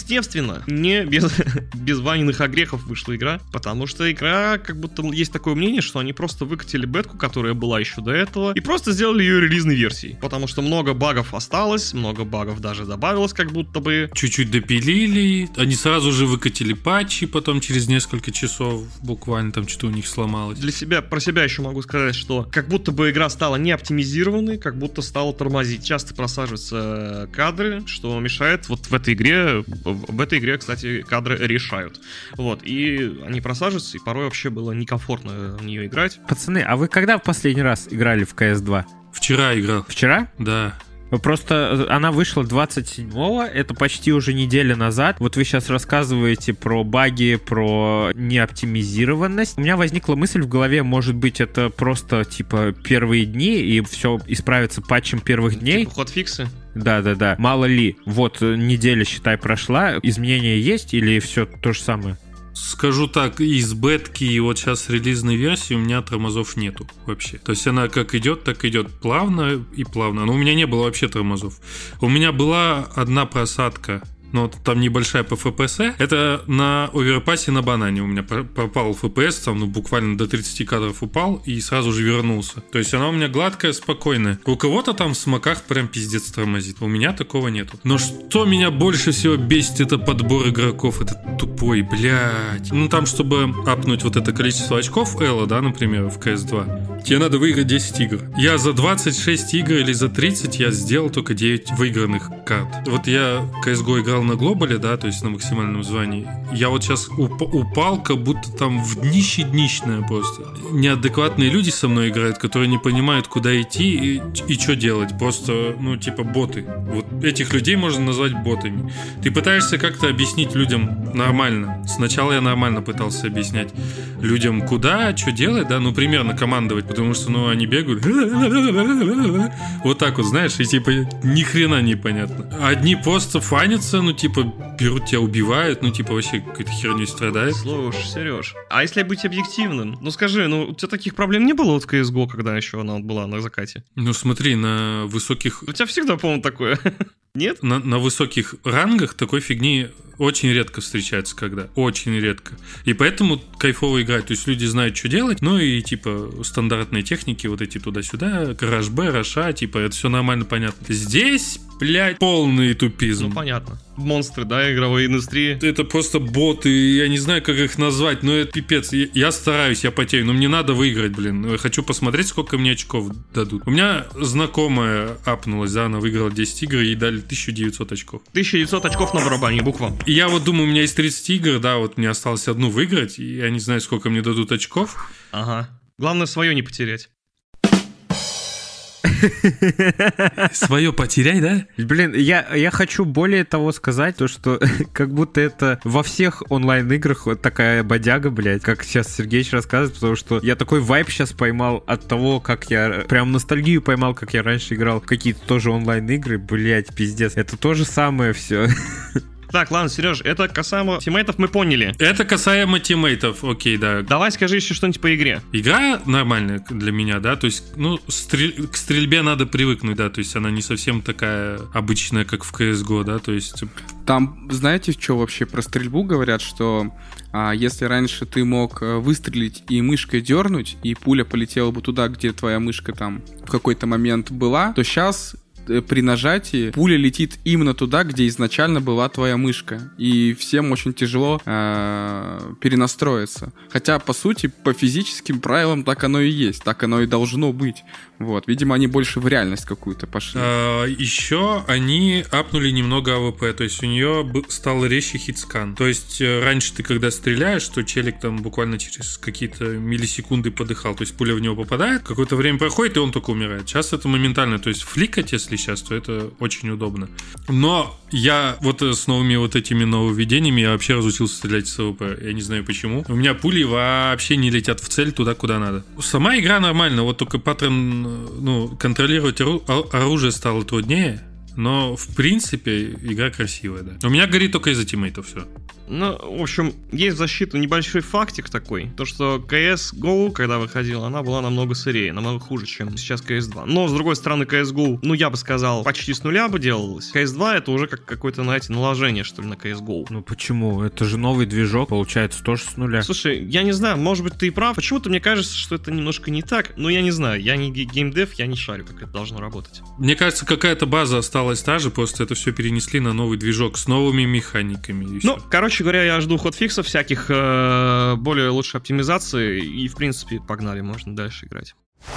не без Ваниных огрехов вышла игра, потому что игра, как будто есть такое мнение, что они просто выкатили бетку, которая была еще до этого, и просто сделали ее релизной версией, потому что много багов осталось, много багов даже добавилось, как будто бы. Чуть-чуть допилили, они сразу же выкатили патчи, потом через несколько часов буквально там что-то у них сломалось. Про себя еще могу сказать, что как будто бы игра стала не оптимизированной, как будто стала тормозить. Часто просаживаются кадры, что мешает в этой игре. В этой игре, кстати, кадры решают. Вот, и они просаживаются, и порой вообще было некомфортно в нее играть. Пацаны, а вы когда в последний раз играли в CS2? Вчера играл. Вчера? Да. Просто она вышла 27-го, это почти уже неделя назад. Вот вы сейчас рассказываете про баги, про неоптимизированность. У меня возникла мысль в голове, может быть, это просто, первые дни, и все исправится патчем первых дней. Хотфиксы? Да. Мало ли. Вот неделя, считай, прошла. Изменения есть или все то же самое? Скажу так, из бетки и вот сейчас релизной версии у меня тормозов нету вообще. То есть она как идет, так идет плавно и плавно. Но у меня не было вообще тормозов. У меня была одна просадка, но там небольшая по FPS. Это на оверпассе на банане у меня пропал FPS, там буквально до 30 кадров упал и сразу же вернулся. То есть она у меня гладкая, спокойная. У кого-то там в смоках прям пиздец тормозит. У меня такого нету. Но что меня больше всего бесит, это подбор игроков. Это тупой, блядь. Там, чтобы апнуть вот это количество очков Элла, да, например, в CS2, тебе надо выиграть 10 игр. Я за 26 игр или за 30 я сделал только 9 выигранных карт. Вот я в CSGO играл на глобале, да, то есть на максимальном звании. Я вот сейчас упал, как будто там в днище-днищное просто. Неадекватные люди со мной играют, которые не понимают, куда идти и что делать. Просто, боты. Вот этих людей можно назвать ботами. Ты пытаешься как-то объяснить людям нормально. Сначала я нормально пытался объяснять людям, куда, что делать, да, примерно командовать. потому что, ну, они бегают вот так вот, знаешь, и типа ни хрена непонятно. Одни просто фанятся, ну, типа, берут тебя, убивают, ну, типа, вообще какой-то херней страдают. Слушай, Сереж, а если быть объективным, ну скажи, ну у тебя таких проблем не было вот в CSGO, когда еще она была на закате? Ну, смотри, на высоких... У тебя всегда, по-моему, такое. Нет? На высоких рангах такой фигни очень редко встречается, когда. Очень редко. И поэтому кайфово играть. То есть люди знают, что делать. Ну и типа стандартные техники, вот эти туда-сюда, Гараж Б, Раша, типа это все нормально, понятно. Здесь, блядь, полный тупизм. Ну понятно. Монстры, да, игровой индустрии. Это просто боты, я не знаю, как их назвать, но это пипец. Я стараюсь, я потею, но мне надо выиграть, блин. Я хочу посмотреть, сколько мне очков дадут. У меня знакомая апнулась, да, она выиграла 10 игр, ей дали 1900 очков. 1900 очков на барабане, буква. И я вот думаю, у меня есть 30 игр, да, вот мне осталось одну выиграть, и я не знаю, сколько мне дадут очков. Ага. Главное, свое не потерять. Свое потеряй, да? Блин, я хочу более того сказать, то, что как будто это во всех онлайн-играх вот такая бодяга, блядь, как сейчас Сергеич рассказывает, потому что я такой вайб сейчас поймал от того, как я прям ностальгию поймал, как я раньше играл в какие-то тоже онлайн-игры, блядь, пиздец. Это то же самое все. Так, ладно, Сереж, это касаемо тиммейтов мы поняли. Это касаемо тиммейтов, окей, да. Давай скажи еще что-нибудь по игре. Игра нормальная для меня, да, то есть, ну, к стрельбе надо привыкнуть, да, то есть она не совсем такая обычная, как в CSGO, да, то есть... Там, знаете, что вообще про стрельбу говорят, что если раньше ты мог выстрелить и мышкой дернуть, и пуля полетела бы туда, где твоя мышка там в какой-то момент была, то сейчас... при нажатии пуля летит именно туда, где изначально была твоя мышка. И всем очень тяжело перенастроиться. Хотя, по сути, по физическим правилам так оно и есть. Так оно и должно быть. Вот. Видимо, они больше в реальность какую-то пошли. Еще они апнули немного АВП. То есть у нее стал резче хитскан. То есть раньше ты, когда стреляешь, то челик там буквально через какие-то миллисекунды подыхал. То есть пуля в него попадает, какое-то время проходит, и он только умирает. Сейчас это моментально. То есть фликать, если сейчас, то это очень удобно. Но я вот с новыми вот этими нововведениями я вообще разучился стрелять с АВП. Я не знаю почему. У меня пули вообще не летят в цель туда, куда надо. Сама игра нормальная, вот только паттерн, ну, контролировать оружие стало труднее. Но, в принципе, игра красивая, да. У меня горит только из-за тиммейтов все. Ну, в общем, есть в защиту небольшой фактик такой. То, что CSGO, когда выходила, она была намного сырее, намного хуже, чем сейчас CS2. Но, с другой стороны, CSGO, ну, я бы сказал, почти с нуля бы делалось. CS2 это уже как какое-то, знаете, наложение, что ли, на CSGO. Ну, почему? Это же новый движок, получается, тоже с нуля. Слушай, я не знаю, может быть, ты и прав. Почему-то мне кажется, что это немножко не так. Но я не знаю, я не геймдев, я не шарю, как это должно работать. Мне кажется, какая-то база осталась та же, просто это все перенесли на новый движок с новыми механиками. Ну, короче говоря, я жду хотфиксов всяких, более лучшей оптимизации, и, в принципе, погнали, можно дальше играть.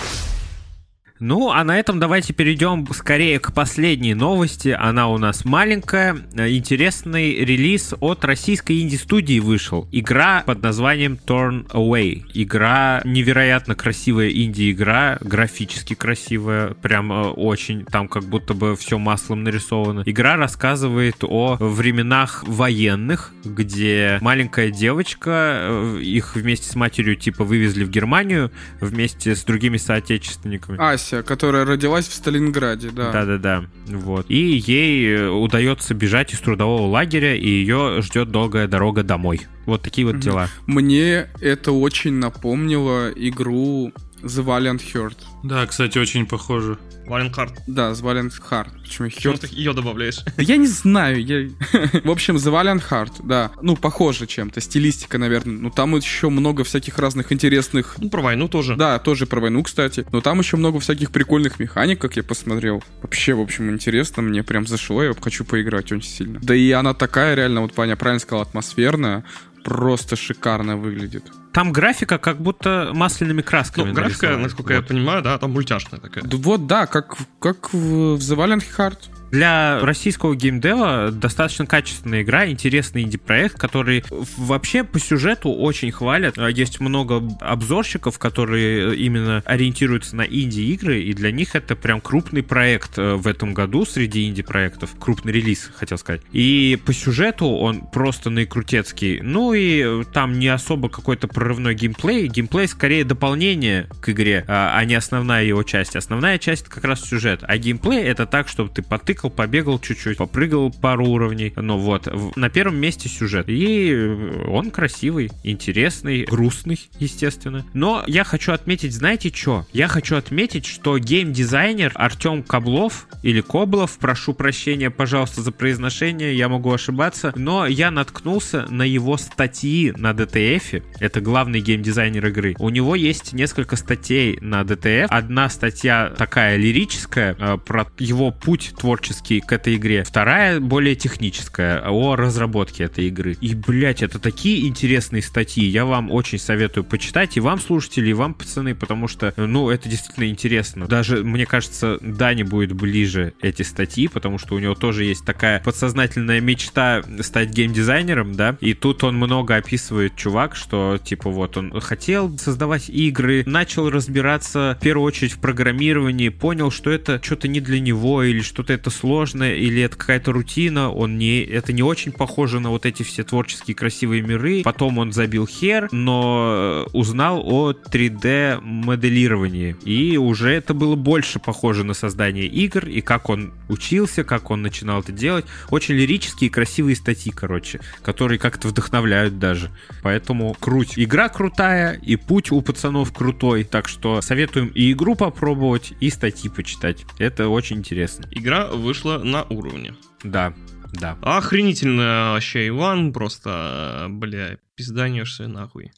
Ну, а на этом давайте перейдем скорее к последней новости. Она у нас маленькая. Интересный релиз от российской инди-студии вышел. Игра под названием Torn Away. Игра невероятно красивая инди-игра, графически красивая, прям очень, там как будто бы все маслом нарисовано. Игра рассказывает о временах военных, где маленькая девочка, их вместе с матерью типа вывезли в Германию вместе с другими соотечественниками. Ася, которая родилась в Сталинграде, да. Да-да-да, вот. И ей удается бежать из трудового лагеря, и ее ждет долгая дорога домой. Вот такие вот дела. Мне это очень напомнило игру The Valiant Heart. Да, кстати, очень похоже. Valiant Heart. Да, The Valiant Heart. Почему Почему ты ее добавляешь? Я не знаю. В общем, The Valiant Heart, да. Ну, похоже чем-то. Стилистика, наверное. Ну, там еще много всяких разных интересных... Ну, про войну тоже. Да, тоже про войну, кстати. Но там еще много всяких прикольных механик, как я посмотрел. Вообще, в общем, интересно. Мне прям зашло. Я хочу поиграть очень сильно. Да и она такая реально, вот Ваня правильно сказал, атмосферная. Просто шикарно выглядит. Там графика как будто масляными красками. Ну, графика, насколько я понимаю, да, там мультяшная такая. Вот, да, как в The Valiant Heart. Для российского геймдева достаточно качественная игра, интересный инди-проект, который вообще по сюжету очень хвалят. Есть много обзорщиков, которые именно ориентируются на инди-игры, и для них это прям крупный проект в этом году среди инди-проектов. Крупный релиз, хотел сказать. И по сюжету он просто наикрутецкий. Ну и там не особо какой-то прорывной геймплей. Геймплей скорее дополнение к игре, а не основная его часть. Основная часть как раз сюжет. А геймплей это так, чтобы ты потыкал, побегал чуть-чуть, попрыгал пару уровней. Ну вот, на первом месте сюжет. И он красивый, интересный, грустный, естественно. Но я хочу отметить, знаете что? Я хочу отметить, что геймдизайнер Артем Коблов, или Коблов, прошу прощения, пожалуйста, за произношение, я могу ошибаться, но я наткнулся на его статьи на DTF. Это главный геймдизайнер игры. У него есть несколько статей на DTF. Одна статья такая лирическая, про его путь творческий к этой игре. Вторая более техническая, о разработке этой игры. И, блять, это такие интересные статьи. Я вам очень советую почитать. И вам, слушатели, и вам, пацаны, потому что, ну, это действительно интересно. Даже, мне кажется, Дане будет ближе эти статьи, потому что у него тоже есть такая подсознательная мечта стать геймдизайнером, да. И тут он много описывает, чувак, что, типа, вот, он хотел создавать игры, начал разбираться, в первую очередь, в программировании, понял, что это что-то не для него, или что-то это сложное, или это какая-то рутина, это не очень похоже на вот эти все творческие красивые миры. Потом он забил хер, но узнал о 3D-моделировании, и уже это было больше похоже на создание игр, и как он учился, как он начинал это делать. Очень лирические и красивые статьи, короче, которые как-то вдохновляют даже. Поэтому круть. Игра крутая, и путь у пацанов крутой, так что советуем и игру попробовать, и статьи почитать. Это очень интересно. Игра вышла на уровне. Да, да. Охренительно вообще, Иван, просто, бля, пизданешься нахуй.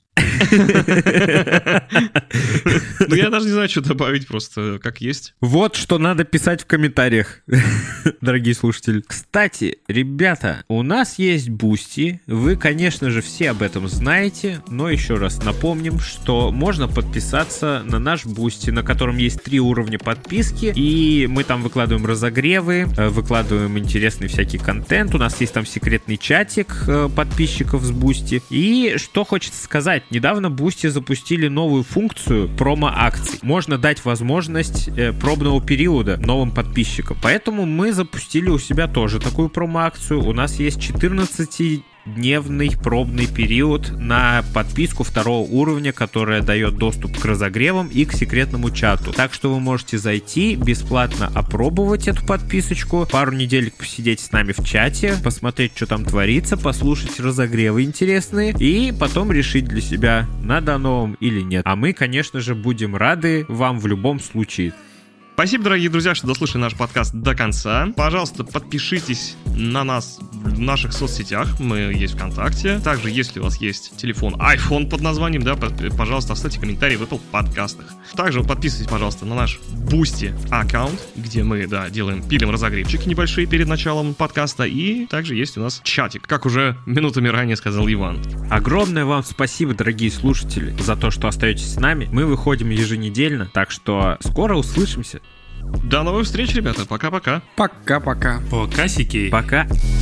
Ну, я даже не знаю, что добавить, просто как есть. Вот что надо писать в комментариях, дорогие слушатели. Кстати, ребята, у нас есть Boosty. Вы, конечно же, все об этом знаете, но еще раз напомним, что можно подписаться на наш Boosty, на котором есть 3 уровня подписки, и мы там выкладываем разогревы, выкладываем интересный всякий контент. У нас есть там секретный чатик подписчиков с Boosty. И что хочется сказать, недавно Boosty запустили новую функцию промо-акций. Можно дать возможность пробного периода новым подписчикам. Поэтому мы запустили у себя тоже такую промо-акцию. У нас есть 14-дневный пробный период на подписку 2-го уровня, которая дает доступ к разогревам и к секретному чату. Так что вы можете зайти, бесплатно опробовать эту подписочку, пару неделек посидеть с нами в чате, посмотреть, что там творится, послушать разогревы интересные и потом решить для себя, надо оно вам или нет. А мы, конечно же, будем рады вам в любом случае. Спасибо, дорогие друзья, что дослушали наш подкаст до конца. Пожалуйста, подпишитесь на нас в наших соцсетях. Мы есть ВКонтакте. Также, если у вас есть телефон iPhone под названием, да, пожалуйста, оставьте комментарий в Apple подкастах. Также подписывайтесь, пожалуйста, на наш Boosty аккаунт, где мы, да, пилим разогревчики небольшие перед началом подкаста. И также есть у нас чатик, как уже минутами ранее сказал Иван. Огромное вам спасибо, дорогие слушатели, за то, что остаетесь с нами. Мы выходим еженедельно, так что скоро услышимся. До новых встреч, ребята. Пока-пока. Пока-пока. Покасики. Пока.